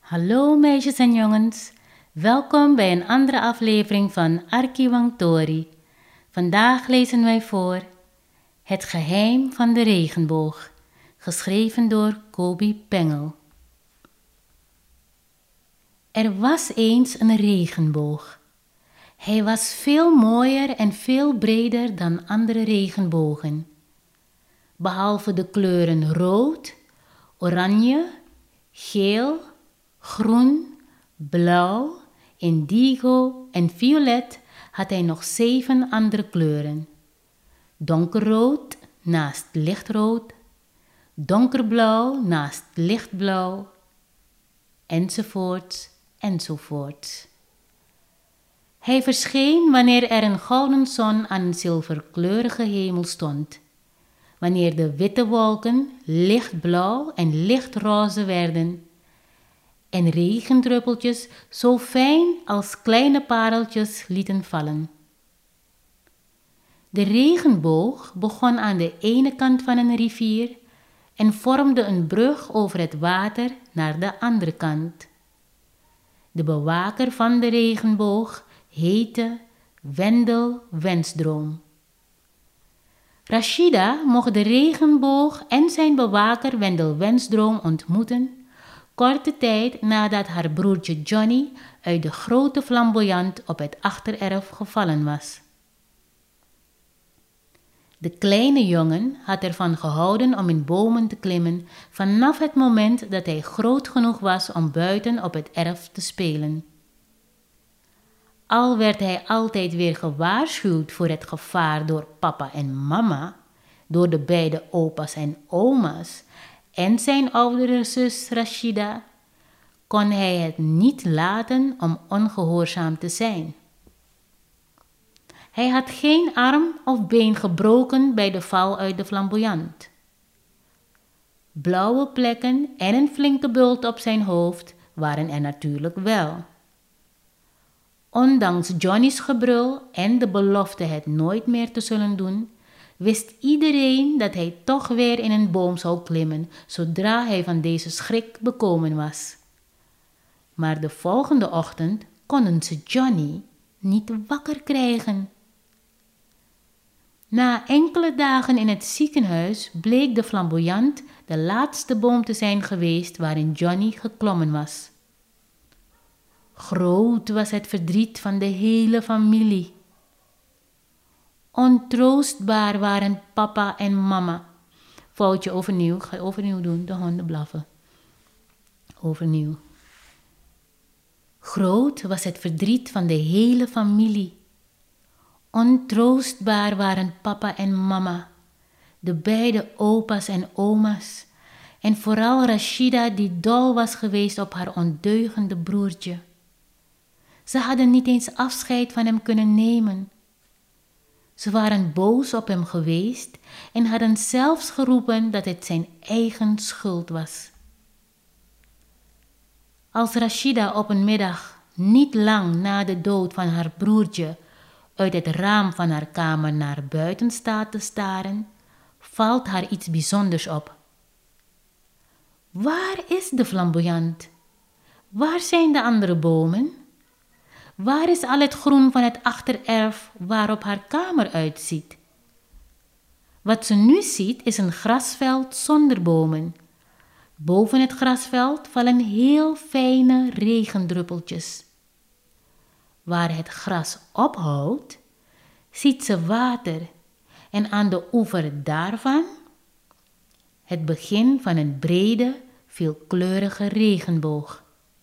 Hallo meisjes en jongens, welkom bij een andere aflevering van Arkiwang Tori. Vandaag lezen wij voor Het geheim van de regenboog, geschreven door Kobi Pengel. Er was eens een regenboog. Hij was veel mooier en veel breder dan andere regenbogen. Behalve de kleuren rood, oranje, geel, groen, blauw, indigo en violet had hij nog 7 andere kleuren. Donkerrood naast lichtrood, donkerblauw naast lichtblauw, enzovoorts, enzovoorts. Hij verscheen wanneer er een gouden zon aan een zilverkleurige hemel stond, wanneer de witte wolken lichtblauw en lichtroze werden en regendruppeltjes zo fijn als kleine pareltjes lieten vallen. De regenboog begon aan de ene kant van een rivier en vormde een brug over het water naar de andere kant. De bewaker van de regenboog heette Wendel Wensdroom. Rashida mocht de regenboog en zijn bewaker Wendel Wensdroom ontmoeten, korte tijd nadat haar broertje Johnny uit de grote flamboyant op het achtererf gevallen was. De kleine jongen had ervan gehouden om in bomen te klimmen vanaf het moment dat hij groot genoeg was om buiten op het erf te spelen. Al werd hij altijd weer gewaarschuwd voor het gevaar door papa en mama, door de beide opa's en oma's en zijn oudere zus Rashida, kon hij het niet laten om ongehoorzaam te zijn. Hij had geen arm of been gebroken bij de val uit de flamboyant. Blauwe plekken en een flinke bult op zijn hoofd waren er natuurlijk wel. Ondanks Johnny's gebrul en de belofte het nooit meer te zullen doen, wist iedereen dat hij toch weer in een boom zou klimmen zodra hij van deze schrik bekomen was. Maar de volgende ochtend konden ze Johnny niet wakker krijgen. Na enkele dagen in het ziekenhuis bleek de flamboyant de laatste boom te zijn geweest waarin Johnny geklommen was. Groot was het verdriet van de hele familie. Ontroostbaar waren papa en mama. Foutje overnieuw, ga overnieuw doen, de honden blaffen. Overnieuw. Groot was het verdriet van de hele familie. Ontroostbaar waren papa en mama, de beide opa's en oma's, en vooral Rashida die dol was geweest op haar ondeugende broertje. Ze hadden niet eens afscheid van hem kunnen nemen. Ze waren boos op hem geweest en hadden zelfs geroepen dat het zijn eigen schuld was. Als Rashida op een middag, niet lang na de dood van haar broertje, uit het raam van haar kamer naar buiten staat te staren, valt haar iets bijzonders op. Waar is de flamboyant? Waar zijn de andere bomen? Waar is al het groen van het achtererf waarop haar kamer uitziet? Wat ze nu ziet is een grasveld zonder bomen. Boven het grasveld vallen heel fijne regendruppeltjes. Waar het gras ophoudt, ziet ze water en aan de oever daarvan het begin van een brede, veelkleurige regenboog.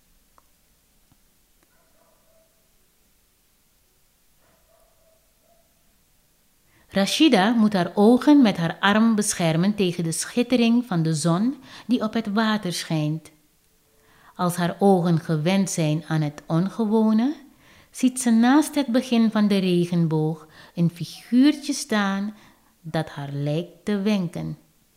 Rashida moet haar ogen met haar arm beschermen tegen de schittering van de zon die op het water schijnt. Als haar ogen gewend zijn aan het ongewone, ziet ze naast het begin van de regenboog een figuurtje staan dat haar lijkt te wenken.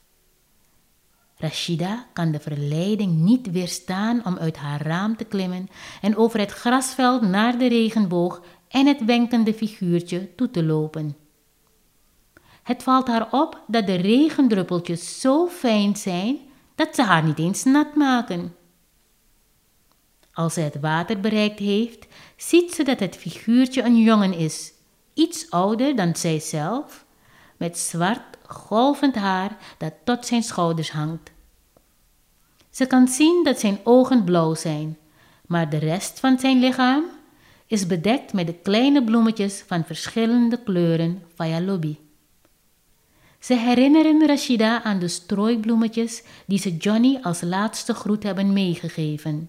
Rashida kan de verleiding niet weerstaan om uit haar raam te klimmen en over het grasveld naar de regenboog en het wenkende figuurtje toe te lopen. Het valt haar op dat de regendruppeltjes zo fijn zijn dat ze haar niet eens nat maken. Als ze het water bereikt heeft, ziet ze dat het figuurtje een jongen is, iets ouder dan zijzelf, met zwart golvend haar dat tot zijn schouders hangt. Ze kan zien dat zijn ogen blauw zijn, maar de rest van zijn lichaam is bedekt met de kleine bloemetjes van verschillende kleuren Fayalobi. Ze herinneren Rashida aan de strooibloemetjes die ze Johnny als laatste groet hebben meegegeven.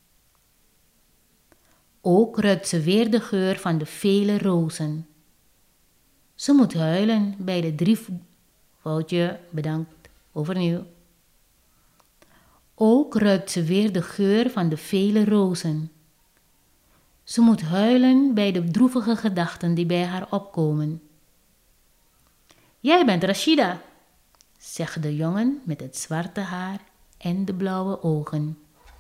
Ook ruikt ze weer de geur van de vele rozen. Ze moet huilen bij de 3... Foutje, bedankt. Overnieuw. Ook ruikt ze weer de geur van de vele rozen. Ze moet huilen bij de droevige gedachten die bij haar opkomen. Jij bent Rashida, zegt de jongen met het zwarte haar en de blauwe ogen.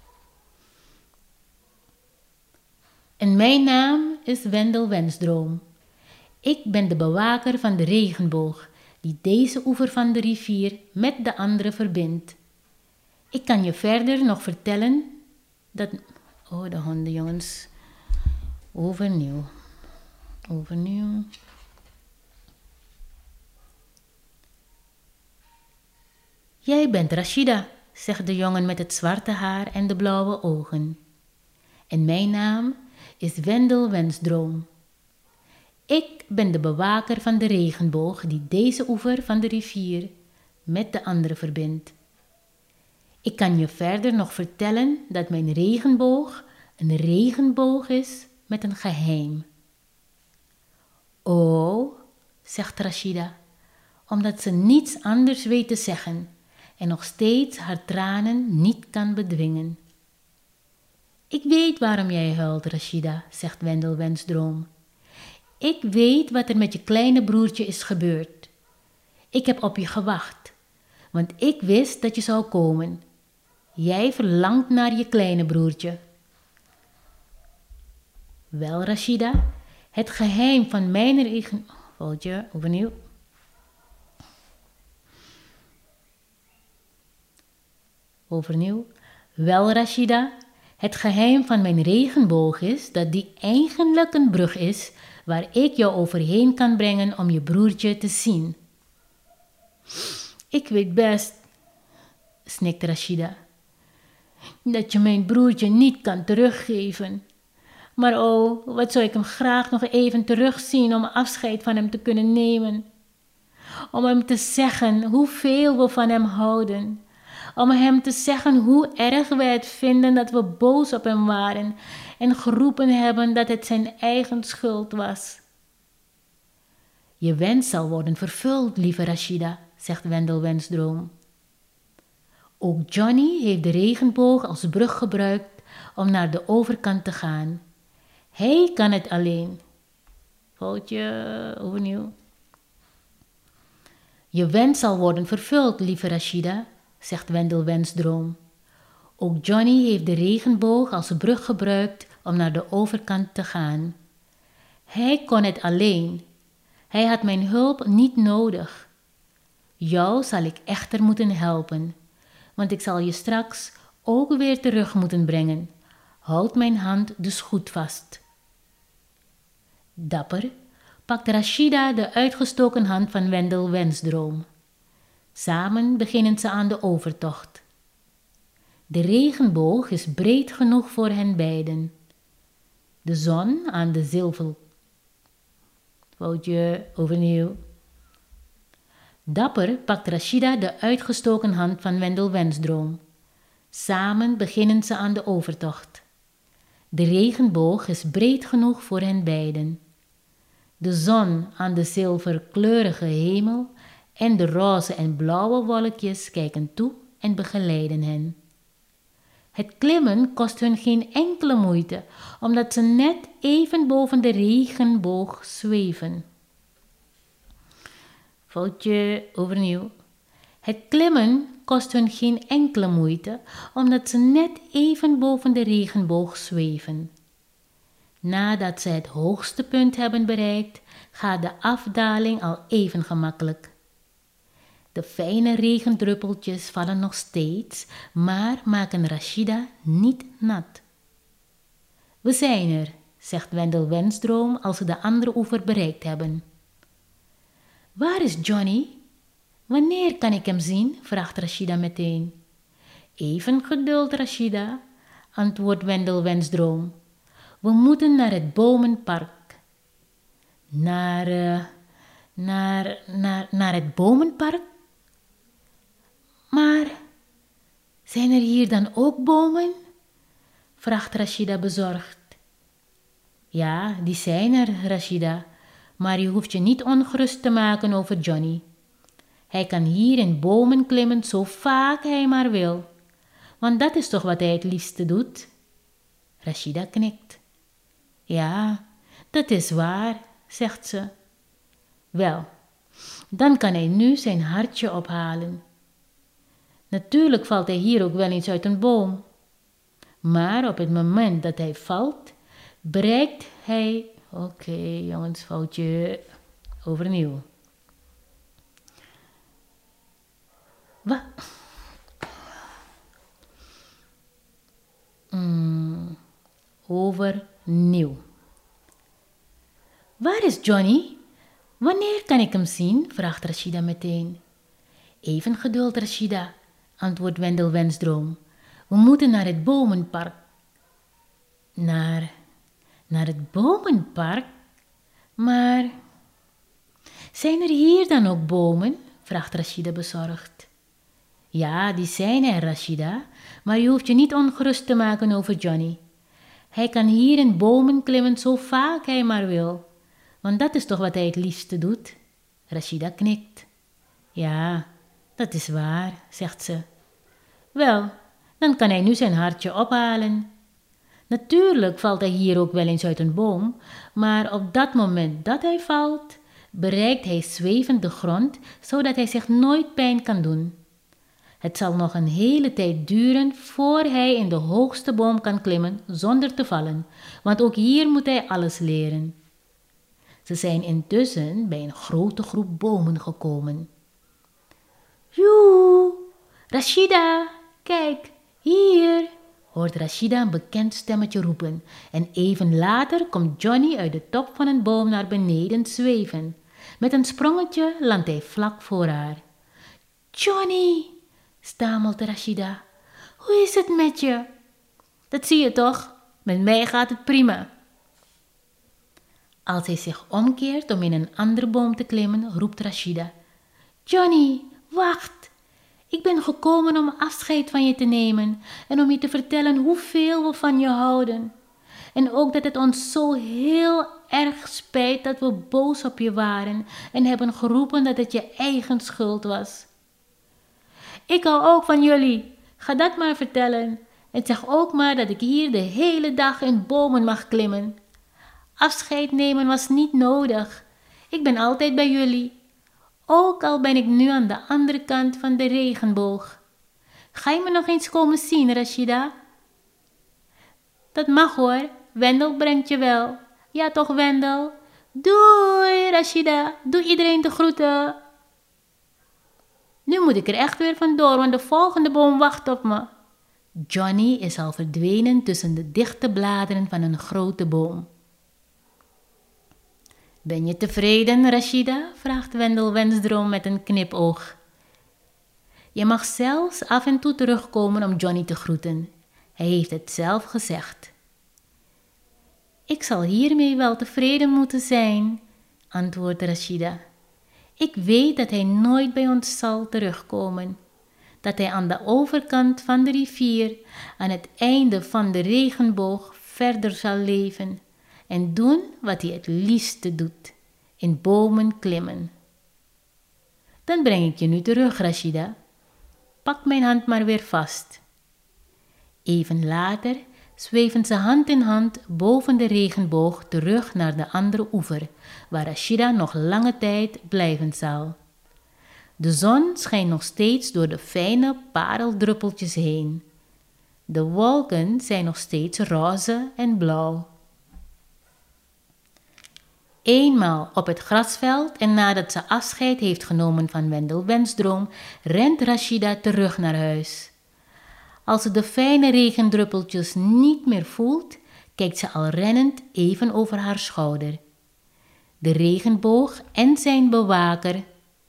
En mijn naam is Wendel Wensdroom. Ik ben de bewaker van de regenboog die deze oever van de rivier met de andere verbindt. Ik kan je verder nog vertellen dat... Oh, de honden, jongens. Overnieuw. Jij bent Rashida, zegt de jongen met het zwarte haar en de blauwe ogen. En mijn naam is Wendel Wensdroom. Ik ben de bewaker van de regenboog die deze oever van de rivier met de andere verbindt. Ik kan je verder nog vertellen dat mijn regenboog een regenboog is met een geheim. Oh, zegt Rashida, omdat ze niets anders weet te zeggen en nog steeds haar tranen niet kan bedwingen. Ik weet waarom jij huilt, Rashida, zegt Wendel Wensdroom. Ik weet wat er met je kleine broertje is gebeurd. Ik heb op je gewacht, want ik wist dat je zou komen. Jij verlangt naar je kleine broertje. Wel, Rashida, het geheim van mijn regen... Foutje, overnieuw. Wel, Rashida, het geheim van mijn regenboog is dat die eigenlijk een brug is waar ik jou overheen kan brengen om je broertje te zien. Ik weet best, snikt Rashida, dat je mijn broertje niet kan teruggeven. Maar oh, wat zou ik hem graag nog even terugzien om afscheid van hem te kunnen nemen. Om hem te zeggen hoeveel we van hem houden. Om hem te zeggen hoe erg wij het vinden dat we boos op hem waren en geroepen hebben dat het zijn eigen schuld was. Je wens zal worden vervuld, lieve Rashida, zegt Wendel Wensdroom. Ook Johnny heeft de regenboog als brug gebruikt om naar de overkant te gaan. Hij kan het alleen. Foutje, overnieuw. Je wens zal worden vervuld, lieve Rashida, zegt Wendel Wensdroom. Ook Johnny heeft de regenboog als brug gebruikt om naar de overkant te gaan. Hij kon het alleen. Hij had mijn hulp niet nodig. Jou zal ik echter moeten helpen, want ik zal je straks ook weer terug moeten brengen. Houd mijn hand dus goed vast. Dapper pakt Rashida de uitgestoken hand van Wendel Wensdroom. Samen beginnen ze aan de overtocht. De regenboog is breed genoeg voor hen beiden. De zon aan de zilver... Foutje, overnieuw. Dapper pakt Rashida de uitgestoken hand van Wendel Wensdroom. Samen beginnen ze aan de overtocht. De regenboog is breed genoeg voor hen beiden. De zon aan de zilverkleurige hemel en de roze en blauwe wolkjes kijken toe en begeleiden hen. Het klimmen kost hun geen enkele moeite, omdat ze net even boven de regenboog zweven. Foutje, overnieuw. Het klimmen kost hun geen enkele moeite, omdat ze net even boven de regenboog zweven. Nadat ze het hoogste punt hebben bereikt, gaat de afdaling al even gemakkelijk. De fijne regendruppeltjes vallen nog steeds, maar maken Rashida niet nat. We zijn er, zegt Wendell Wensdroom als ze de andere oever bereikt hebben. Waar is Johnny? Wanneer kan ik hem zien? Vraagt Rashida meteen. Even geduld, Rashida, antwoordt Wendell Wensdroom. We moeten naar het bomenpark. Naar het bomenpark? Maar zijn er hier dan ook bomen? Vraagt Rashida bezorgd. Ja, die zijn er, Rashida, maar je hoeft je niet ongerust te maken over Johnny. Hij kan hier in bomen klimmen zo vaak hij maar wil, want dat is toch wat hij het liefste doet? Rashida knikt. Ja, dat is waar, zegt ze. Wel, dan kan hij nu zijn hartje ophalen. Natuurlijk valt hij hier ook wel eens uit een boom. Maar op het moment dat hij valt, bereikt hij... Oké, jongens, foutje. Overnieuw. Wat? Overnieuw. Waar is Johnny? Wanneer kan ik hem zien? Vraagt Rashida meteen. Even geduld, Rashida, antwoordt Wendell Wensdroom. We moeten naar het bomenpark. Naar het bomenpark? Maar zijn er hier dan ook bomen? Vraagt Rashida bezorgd. Ja, die zijn er, Rashida, maar je hoeft je niet ongerust te maken over Johnny. Hij kan hier in bomen klimmen zo vaak hij maar wil, want dat is toch wat hij het liefste doet? Rashida knikt. Ja, dat is waar, zegt ze. Wel, dan kan hij nu zijn hartje ophalen. Natuurlijk valt hij hier ook wel eens uit een boom, maar op dat moment dat hij valt, bereikt hij zwevend de grond, zodat hij zich nooit pijn kan doen. Het zal nog een hele tijd duren voor hij in de hoogste boom kan klimmen zonder te vallen, want ook hier moet hij alles leren. Ze zijn intussen bij een grote groep bomen gekomen. Joe, Rashida, kijk, hier, hoort Rashida een bekend stemmetje roepen en even later komt Johnny uit de top van een boom naar beneden zweven. Met een sprongetje landt hij vlak voor haar. Johnny, stamelt Rashida, hoe is het met je? Dat zie je toch, met mij gaat het prima. Als hij zich omkeert om in een andere boom te klimmen, roept Rashida. Johnny, wacht! Ik ben gekomen om afscheid van je te nemen en om je te vertellen hoeveel we van je houden. En ook dat het ons zo heel erg spijt dat we boos op je waren en hebben geroepen dat het je eigen schuld was. Ik hou ook van jullie, ga dat maar vertellen en zeg ook maar dat ik hier de hele dag in bomen mag klimmen. Afscheid nemen was niet nodig, ik ben altijd bij jullie. Ook al ben ik nu aan de andere kant van de regenboog. Ga je me nog eens komen zien, Rashida? Dat mag hoor, Wendell brengt je wel. Ja toch, Wendell? Doei, Rashida. Doe iedereen de groeten. Nu moet ik er echt weer vandoor, want de volgende boom wacht op me. Johnny is al verdwenen tussen de dichte bladeren van een grote boom. Ben je tevreden, Rashida? Vraagt Wendell Wensdroom met een knipoog. Je mag zelfs af en toe terugkomen om Johnny te groeten. Hij heeft het zelf gezegd. Ik zal hiermee wel tevreden moeten zijn, antwoordt Rashida. Ik weet dat hij nooit bij ons zal terugkomen. Dat hij aan de overkant van de rivier, aan het einde van de regenboog, verder zal leven en doen wat hij het liefste doet, in bomen klimmen. Dan breng ik je nu terug, Rashida. Pak mijn hand maar weer vast. Even later zweven ze hand in hand boven de regenboog terug naar de andere oever, waar Rashida nog lange tijd blijven zal. De zon schijnt nog steeds door de fijne pareldruppeltjes heen. De wolken zijn nog steeds roze en blauw. Eenmaal op het grasveld en nadat ze afscheid heeft genomen van Wendell Wensdroom, rent Rashida terug naar huis. Als ze de fijne regendruppeltjes niet meer voelt, kijkt ze al rennend even over haar schouder. De regenboog en zijn bewaker.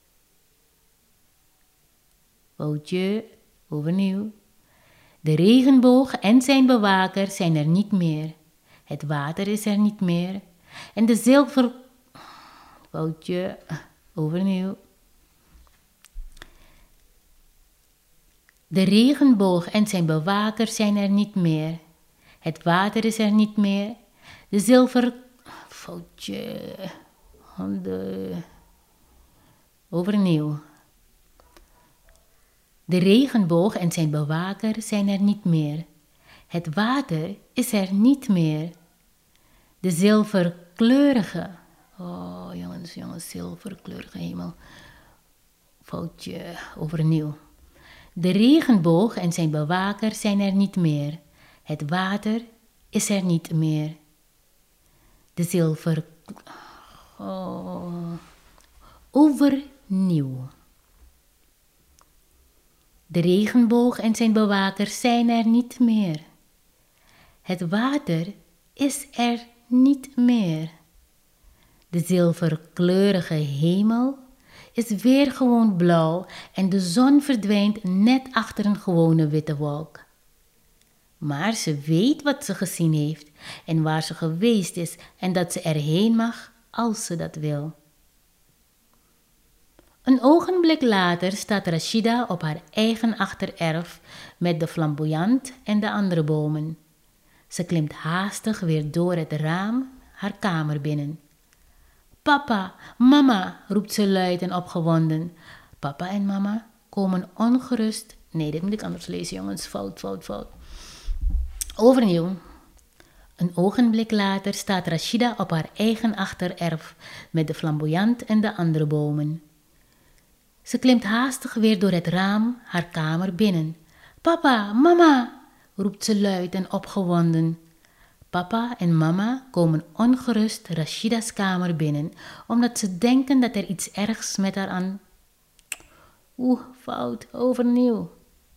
Foutje, overnieuw. De regenboog en zijn bewaker zijn er niet meer. Het water is er niet meer. En de zilver... Foutje, overnieuw. De regenboog en zijn bewaker zijn er niet meer. Het water is er niet meer. De zilver... Foutje. Overnieuw. De regenboog en zijn bewaker zijn er niet meer. Het water is er niet meer. De zilverkleurige... Oh, jongens, zilverkleurige hemel. Foutje, overnieuw. De regenboog en zijn bewaker zijn er niet meer. Het water is er niet meer. De zilver... Oh. Overnieuw. De regenboog en zijn bewakers zijn er niet meer. Het water is er niet meer. De zilverkleurige hemel is weer gewoon blauw en de zon verdwijnt net achter een gewone witte wolk. Maar ze weet wat ze gezien heeft en waar ze geweest is en dat ze erheen mag als ze dat wil. Een ogenblik later staat Rashida op haar eigen achtererf met de flamboyant en de andere bomen. Ze klimt haastig weer door het raam haar kamer binnen. Papa, mama, roept ze luid en opgewonden. Papa en mama komen ongerust... Nee, dit moet ik anders lezen, jongens. Fout. Overnieuw. Een ogenblik later staat Rashida op haar eigen achtererf met de flamboyant en de andere bomen. Ze klimt haastig weer door het raam haar kamer binnen. Papa, mama, roept ze luid en opgewonden. Papa en mama komen ongerust Rashida's kamer binnen, omdat ze denken dat er iets ergs met haar aan... Fout, overnieuw.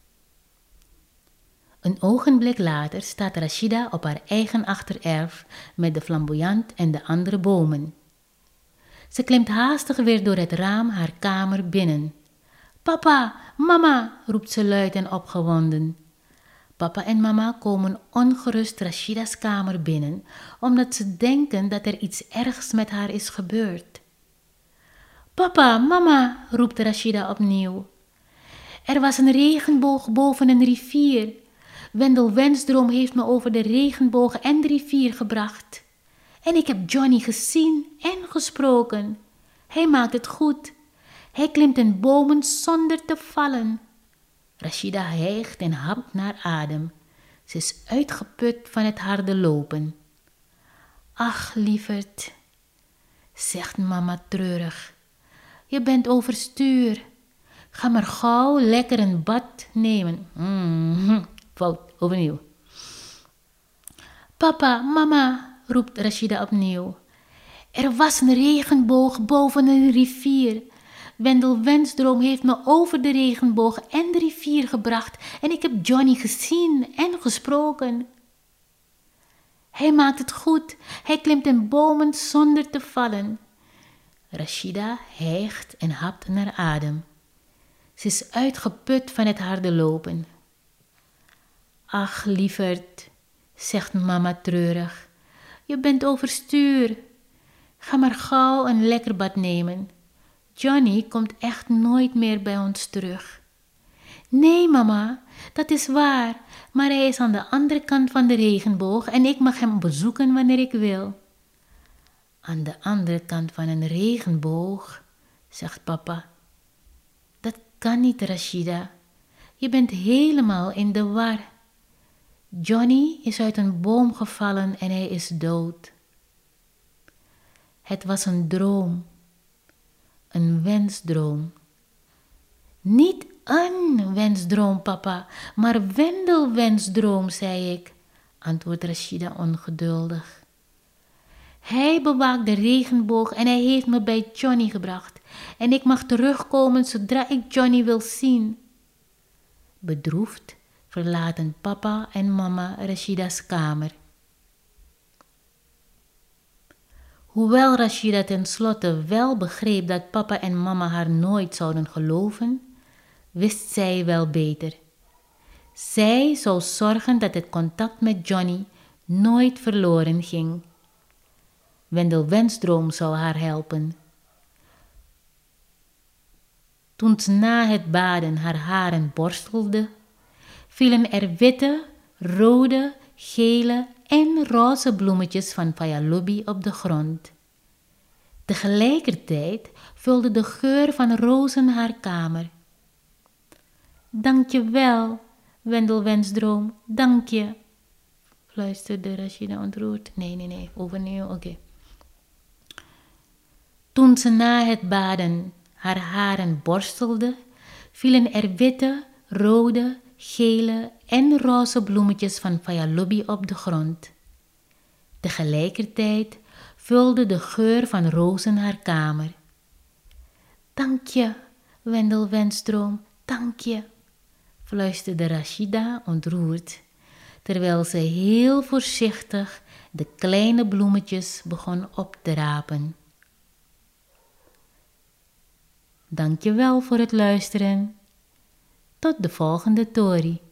Een ogenblik later staat Rashida op haar eigen achtererf met de flamboyant en de andere bomen. Ze klimt haastig weer door het raam haar kamer binnen. Papa, mama, roept ze luid en opgewonden. Papa en mama komen ongerust Rashida's kamer binnen, omdat ze denken dat er iets ergs met haar is gebeurd. Papa, mama, roept Rashida opnieuw. Er was een regenboog boven een rivier. Wendel Wensdroom heeft me over de regenboog en de rivier gebracht. En ik heb Johnny gezien en gesproken. Hij maakt het goed. Hij klimt in bomen zonder te vallen. Rashida hijgt en hapt naar adem. Ze is uitgeput van het harde lopen. Ach, lieverd, zegt mama treurig. Je bent overstuur. Ga maar gauw lekker een bad nemen. Fout, overnieuw. Papa, mama, roept Rashida opnieuw. Er was een regenboog boven een rivier. Wendel Wensdroom heeft me over de regenboog en de rivier gebracht en ik heb Johnny gezien en gesproken. Hij maakt het goed. Hij klimt in bomen zonder te vallen. Rashida hijgt en hapt naar adem. Ze is uitgeput van het harde lopen. Ach, lieverd, zegt mama treurig. Je bent overstuur. Ga maar gauw een lekker bad nemen. Johnny komt echt nooit meer bij ons terug. Nee, mama, dat is waar, maar hij is aan de andere kant van de regenboog en ik mag hem bezoeken wanneer ik wil. Aan de andere kant van een regenboog, zegt papa. Dat kan niet, Rashida. Je bent helemaal in de war. Johnny is uit een boom gevallen en hij is dood. Het was een droom. Een wensdroom. Niet een wensdroom, papa, maar Wendel wensdroom, zei ik, antwoordt Rashida ongeduldig. Hij bewaakt de regenboog en hij heeft me bij Johnny gebracht en ik mag terugkomen zodra ik Johnny wil zien. Bedroefd verlaten papa en mama Rashida's kamer. Hoewel Rashida tenslotte wel begreep dat papa en mama haar nooit zouden geloven, wist zij wel beter. Zij zou zorgen dat het contact met Johnny nooit verloren ging. Wendell Wensdroom zou haar helpen. Toen ze na het baden haar haren borstelde, vielen er witte, rode, gele en roze bloemetjes van Fayalubi op de grond. Tegelijkertijd vulde de geur van rozen haar kamer. Dank je wel, Wendell Wensdroom, dank je, fluisterde Rashida ontroerd. Nee, overnieuw, oké. Toen ze na het baden haar haren borstelde, vielen er witte, rode, gele en roze bloemetjes van Fayalubi op de grond. Tegelijkertijd vulde de geur van rozen haar kamer. Dank je, Wendell Wensdroom, dank je, fluisterde Rashida ontroerd, terwijl ze heel voorzichtig de kleine bloemetjes begon op te rapen. Dank je wel voor het luisteren. Tot de volgende Tori.